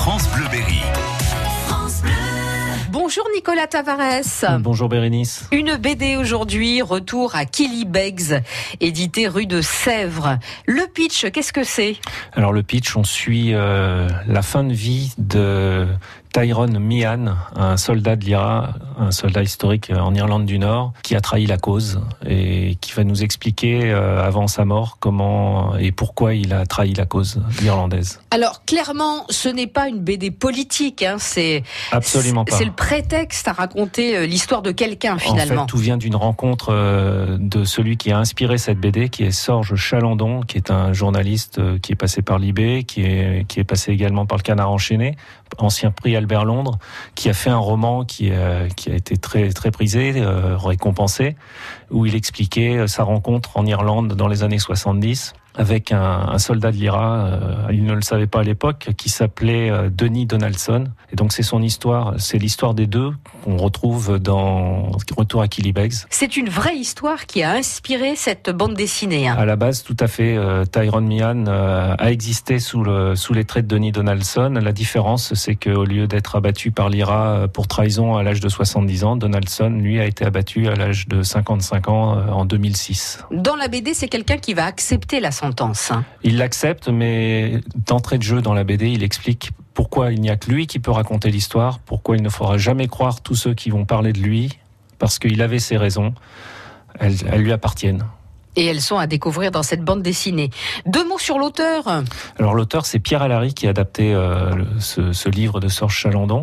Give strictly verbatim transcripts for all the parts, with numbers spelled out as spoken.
France Bleu Berry. Bonjour Nicolas Tavares. Bonjour Bérénice. Une B D aujourd'hui, retour à Killybegs, édité rue de Sèvres. Le pitch, qu'est-ce que c'est ? Alors le pitch, on suit euh, la fin de vie de Tyrone Meehan, un soldat de l'I R A, un soldat historique en Irlande du Nord, qui a trahi la cause et qui va nous expliquer euh, avant sa mort comment et pourquoi il a trahi la cause irlandaise. Alors clairement, ce n'est pas une B D politique, hein, c'est absolument pas. C'est le prétexte à raconter l'histoire de quelqu'un finalement. En fait, tout vient d'une rencontre euh, de celui qui a inspiré cette B D, qui est Sorge Chalandon, qui est un journaliste euh, qui est passé par l'I B, qui est qui est passé également par le Canard enchaîné, ancien prix Albert Londres, qui a fait un roman qui, euh, qui a été très, très prisé, euh, récompensé, où il expliquait sa rencontre en Irlande dans les années soixante-dix avec un, un soldat de l'I R A, euh, il ne le savait pas à l'époque, qui s'appelait euh, Denis Donaldson. Et donc c'est son histoire, c'est l'histoire des deux qu'on retrouve dans Retour à Killybegs. C'est une vraie histoire qui a inspiré cette bande dessinée. Hein. À la base, tout à fait, euh, Tyrone Meehan euh, a existé sous, le, sous les traits de Denis Donaldson. La différence, c'est qu'au lieu d'être abattu par l'I R A pour trahison à l'âge de soixante-dix ans, Donaldson, lui, a été abattu à l'âge de cinquante-cinq ans euh, en deux mille six. Dans la B D, c'est quelqu'un qui va accepter la sentence. Il l'accepte, mais d'entrée de jeu dans la B D, il explique pourquoi il n'y a que lui qui peut raconter l'histoire, pourquoi il ne faudra jamais croire tous ceux qui vont parler de lui, parce qu'il avait ses raisons, elles, elles lui appartiennent. Et elles sont à découvrir dans cette bande dessinée. Deux mots sur l'auteur. Alors l'auteur, c'est Pierre Allary qui a adapté euh, le, ce, ce livre de Sorge Chalandon.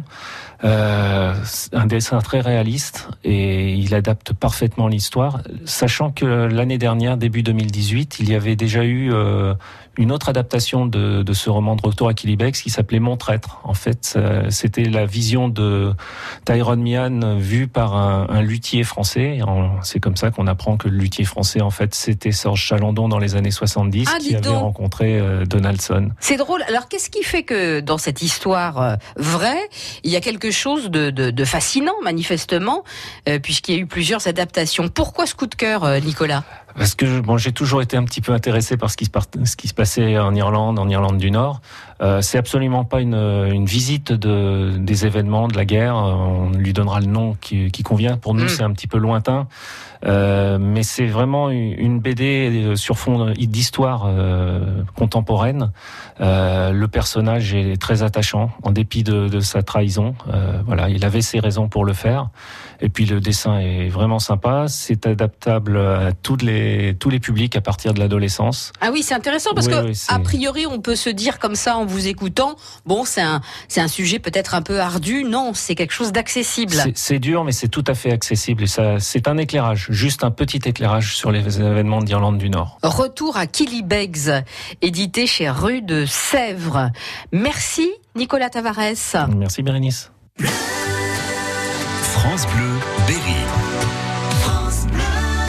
Euh, un dessin très réaliste et il adapte parfaitement l'histoire, sachant que l'année dernière, début deux mille dix-huit, il y avait déjà eu euh, une autre adaptation de, de ce roman de Retour à Killybegs qui s'appelait Mon traître. En fait, c'était la vision de Tyrone Meehan vue par un, un luthier français. C'est comme ça qu'on apprend que le luthier français, en fait, c'était Sorge Chalandon dans les années soixante-dix, ah, qui avait donc rencontré euh, Donaldson. C'est drôle. Alors, qu'est-ce qui fait que dans cette histoire euh, vraie, il y a quelque chose de, de, de fascinant, manifestement, euh, puisqu'il y a eu plusieurs adaptations. Pourquoi ce coup de cœur, euh, Nicolas ? Parce que bon, j'ai toujours été un petit peu intéressé par ce qui se, par, ce qui se passait en Irlande, en Irlande du Nord. Euh, c'est absolument pas une, une visite de, des événements, de la guerre. On lui donnera le nom qui, qui convient. Pour nous, mmh. c'est un petit peu lointain. Euh, mais c'est vraiment une B D sur fond d'histoire euh, contemporaine. Euh, le personnage est très attachant, en dépit de, de sa trahison. Euh, voilà, il avait ses raisons pour le faire. Et puis le dessin est vraiment sympa. C'est adaptable à toutes les, tous les publics à partir de l'adolescence. Ah oui, c'est intéressant parce oui, que oui, c'est... a priori, on peut se dire comme ça en vous écoutant, bon, c'est un, c'est un sujet peut-être un peu ardu. Non, c'est quelque chose d'accessible. C'est, c'est dur, mais c'est tout à fait accessible. Et ça, c'est un éclairage, juste un petit éclairage sur les événements d'Irlande du Nord. Retour à Killybegs, édité chez Rue de Sèvres. Merci Nicolas Tavares. Merci Bérénice. France Bleu Berry.